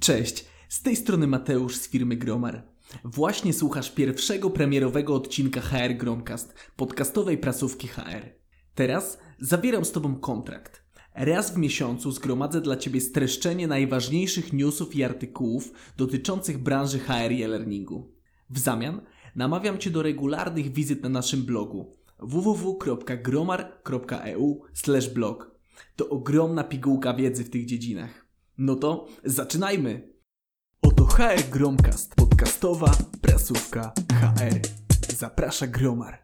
Cześć, z tej strony Mateusz z firmy Gromar. Właśnie słuchasz pierwszego premierowego odcinka HR Gromcast, podcastowej prasówki HR. Teraz zawieram z Tobą kontrakt. Raz w miesiącu zgromadzę dla Ciebie streszczenie najważniejszych newsów i artykułów dotyczących branży HR i e-learningu. W zamian namawiam Cię do regularnych wizyt na naszym blogu www.gromar.eu/blog. To ogromna pigułka wiedzy w tych dziedzinach. No to zaczynajmy! Oto HR Gromcast, podcastowa prasówka HR. Zaprasza Gromar.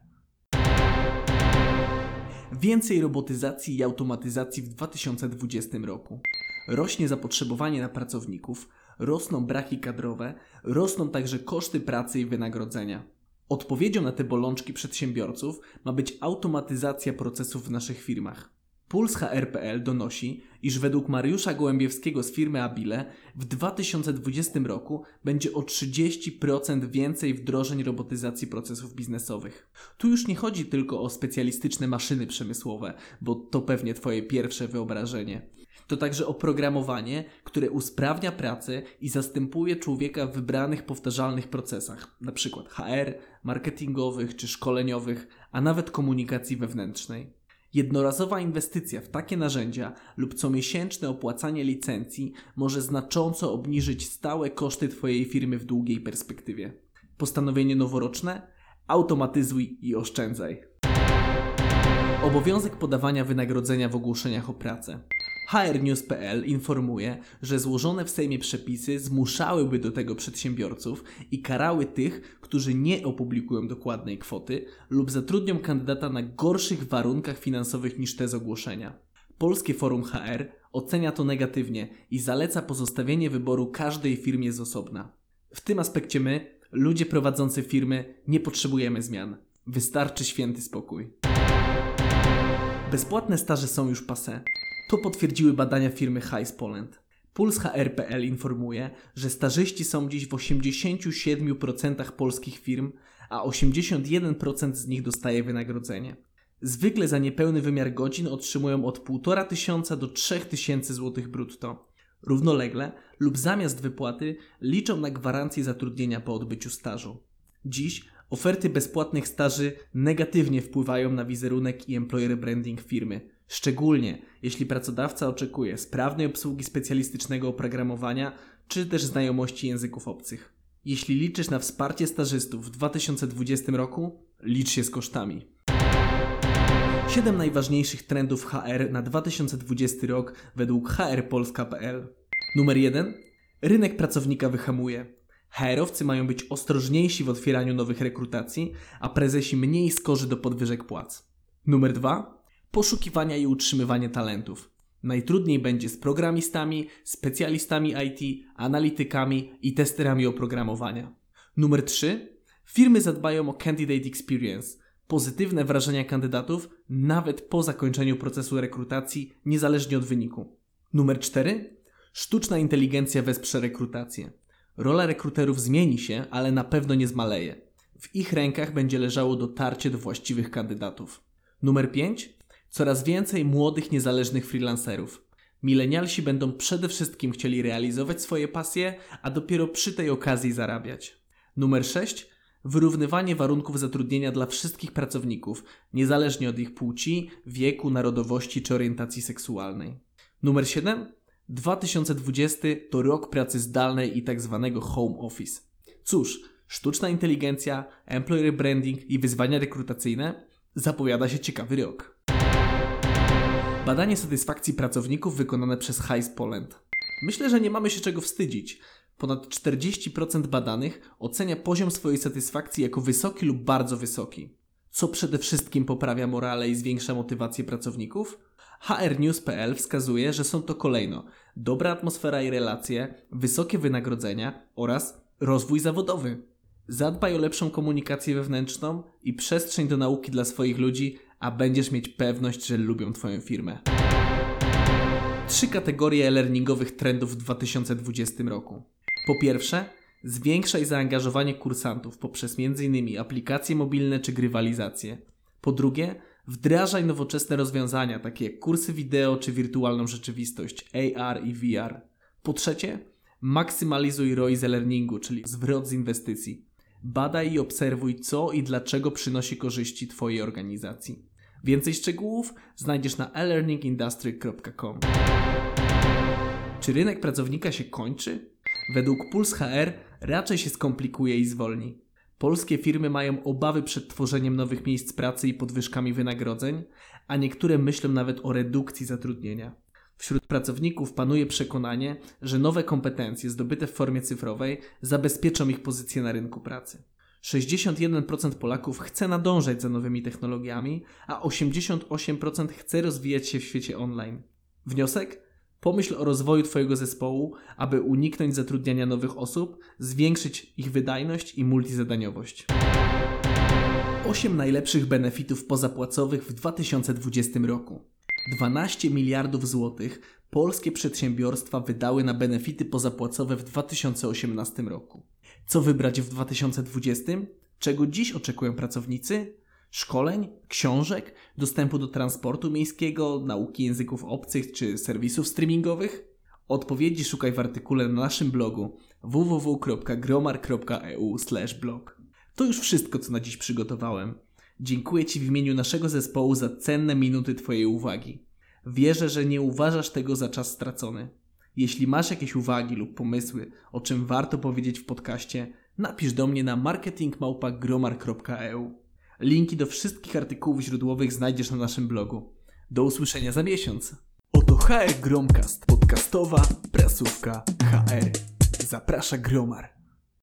Więcej robotyzacji i automatyzacji w 2020 roku. Rośnie zapotrzebowanie na pracowników, rosną braki kadrowe, rosną także koszty pracy i wynagrodzenia. Odpowiedzią na te bolączki przedsiębiorców ma być automatyzacja procesów w naszych firmach. Puls HR.pl donosi, iż według Mariusza Gołębiewskiego z firmy Abile w 2020 roku będzie o 30% więcej wdrożeń robotyzacji procesów biznesowych. Tu już nie chodzi tylko o specjalistyczne maszyny przemysłowe, bo to pewnie Twoje pierwsze wyobrażenie. To także oprogramowanie, które usprawnia pracę i zastępuje człowieka w wybranych powtarzalnych procesach, np. HR, marketingowych czy szkoleniowych, a nawet komunikacji wewnętrznej. Jednorazowa inwestycja w takie narzędzia lub comiesięczne opłacanie licencji może znacząco obniżyć stałe koszty Twojej firmy w długiej perspektywie. Postanowienie noworoczne? Automatyzuj i oszczędzaj. Obowiązek podawania wynagrodzenia w ogłoszeniach o pracę. HRnews.pl informuje, że złożone w Sejmie przepisy zmuszałyby do tego przedsiębiorców i karały tych, którzy nie opublikują dokładnej kwoty lub zatrudnią kandydata na gorszych warunkach finansowych niż te z ogłoszenia. Polskie Forum HR ocenia to negatywnie i zaleca pozostawienie wyboru każdej firmie z osobna. W tym aspekcie my, ludzie prowadzący firmy, nie potrzebujemy zmian. Wystarczy święty spokój. Bezpłatne staże są już passé. To potwierdziły badania firmy Heis Poland. Puls HR.pl informuje, że stażyści są dziś w 87% polskich firm, a 81% z nich dostaje wynagrodzenie. Zwykle za niepełny wymiar godzin otrzymują od 1500 do 3000 zł brutto. Równolegle lub zamiast wypłaty liczą na gwarancję zatrudnienia po odbyciu stażu. Dziś oferty bezpłatnych staży negatywnie wpływają na wizerunek i employer branding firmy. Szczególnie jeśli pracodawca oczekuje sprawnej obsługi specjalistycznego oprogramowania czy też znajomości języków obcych. Jeśli liczysz na wsparcie stażystów w 2020 roku, licz się z kosztami. 7 najważniejszych trendów HR na 2020 rok według hrpolska.pl. Numer 1. Rynek pracownika wyhamuje. HR-owcy mają być ostrożniejsi w otwieraniu nowych rekrutacji, a prezesi mniej skorzy do podwyżek płac. Numer 2. Poszukiwania i utrzymywanie talentów. Najtrudniej będzie z programistami, specjalistami IT, analitykami i testerami oprogramowania. Numer 3. Firmy zadbają o candidate experience. Pozytywne wrażenia kandydatów nawet po zakończeniu procesu rekrutacji, niezależnie od wyniku. Numer 4. Sztuczna inteligencja wesprze rekrutację. Rola rekruterów zmieni się, ale na pewno nie zmaleje. W ich rękach będzie leżało dotarcie do właściwych kandydatów. Numer 5. Coraz więcej młodych, niezależnych freelancerów. Milenialsi będą przede wszystkim chcieli realizować swoje pasje, a dopiero przy tej okazji zarabiać. Numer 6. Wyrównywanie warunków zatrudnienia dla wszystkich pracowników, niezależnie od ich płci, wieku, narodowości czy orientacji seksualnej. Numer 7. 2020 to rok pracy zdalnej i tzw. home office. Cóż, sztuczna inteligencja, employer branding i wyzwania rekrutacyjne? Zapowiada się ciekawy rok. Badanie satysfakcji pracowników wykonane przez Heis Poland. Myślę, że nie mamy się czego wstydzić. Ponad 40% badanych ocenia poziom swojej satysfakcji jako wysoki lub bardzo wysoki. Co przede wszystkim poprawia morale i zwiększa motywację pracowników? HRnews.pl wskazuje, że są to kolejno dobra atmosfera i relacje, wysokie wynagrodzenia oraz rozwój zawodowy. Zadbaj o lepszą komunikację wewnętrzną i przestrzeń do nauki dla swoich ludzi, a będziesz mieć pewność, że lubią Twoją firmę. 3 kategorie e-learningowych trendów w 2020 roku. Po pierwsze, zwiększaj zaangażowanie kursantów poprzez m.in. aplikacje mobilne czy grywalizację. Po drugie, wdrażaj nowoczesne rozwiązania takie jak kursy wideo czy wirtualną rzeczywistość AR i VR. Po trzecie, Maksymalizuj ROI z e-learningu, czyli zwrot z inwestycji. Badaj i obserwuj, co i dlaczego przynosi korzyści Twojej organizacji. Więcej szczegółów znajdziesz na elearningindustry.com. Czy rynek pracownika się kończy? Według Puls HR raczej się skomplikuje i zwolni. Polskie firmy mają obawy przed tworzeniem nowych miejsc pracy i podwyżkami wynagrodzeń, a niektóre myślą nawet o redukcji zatrudnienia. Wśród pracowników panuje przekonanie, że nowe kompetencje zdobyte w formie cyfrowej zabezpieczą ich pozycję na rynku pracy. 61% Polaków chce nadążać za nowymi technologiami, a 88% chce rozwijać się w świecie online. Wniosek? Pomyśl o rozwoju Twojego zespołu, aby uniknąć zatrudniania nowych osób, zwiększyć ich wydajność i multizadaniowość. 8 najlepszych benefitów pozapłacowych w 2020 roku. 12 miliardów złotych polskie przedsiębiorstwa wydały na benefity pozapłacowe w 2018 roku. Co wybrać w 2020? Czego dziś oczekują pracownicy? Szkoleń, książek, dostępu do transportu miejskiego, nauki języków obcych czy serwisów streamingowych? Odpowiedzi szukaj w artykule na naszym blogu www.gromar.eu/blog. To już wszystko, co na dziś przygotowałem. Dziękuję Ci w imieniu naszego zespołu za cenne minuty Twojej uwagi. Wierzę, że nie uważasz tego za czas stracony. Jeśli masz jakieś uwagi lub pomysły, o czym warto powiedzieć w podcaście, napisz do mnie na marketing@gromar.eu. Linki do wszystkich artykułów źródłowych znajdziesz na naszym blogu. Do usłyszenia za miesiąc. Oto HR Gromcast, podcastowa prasówka HR. Zaprasza Gromar.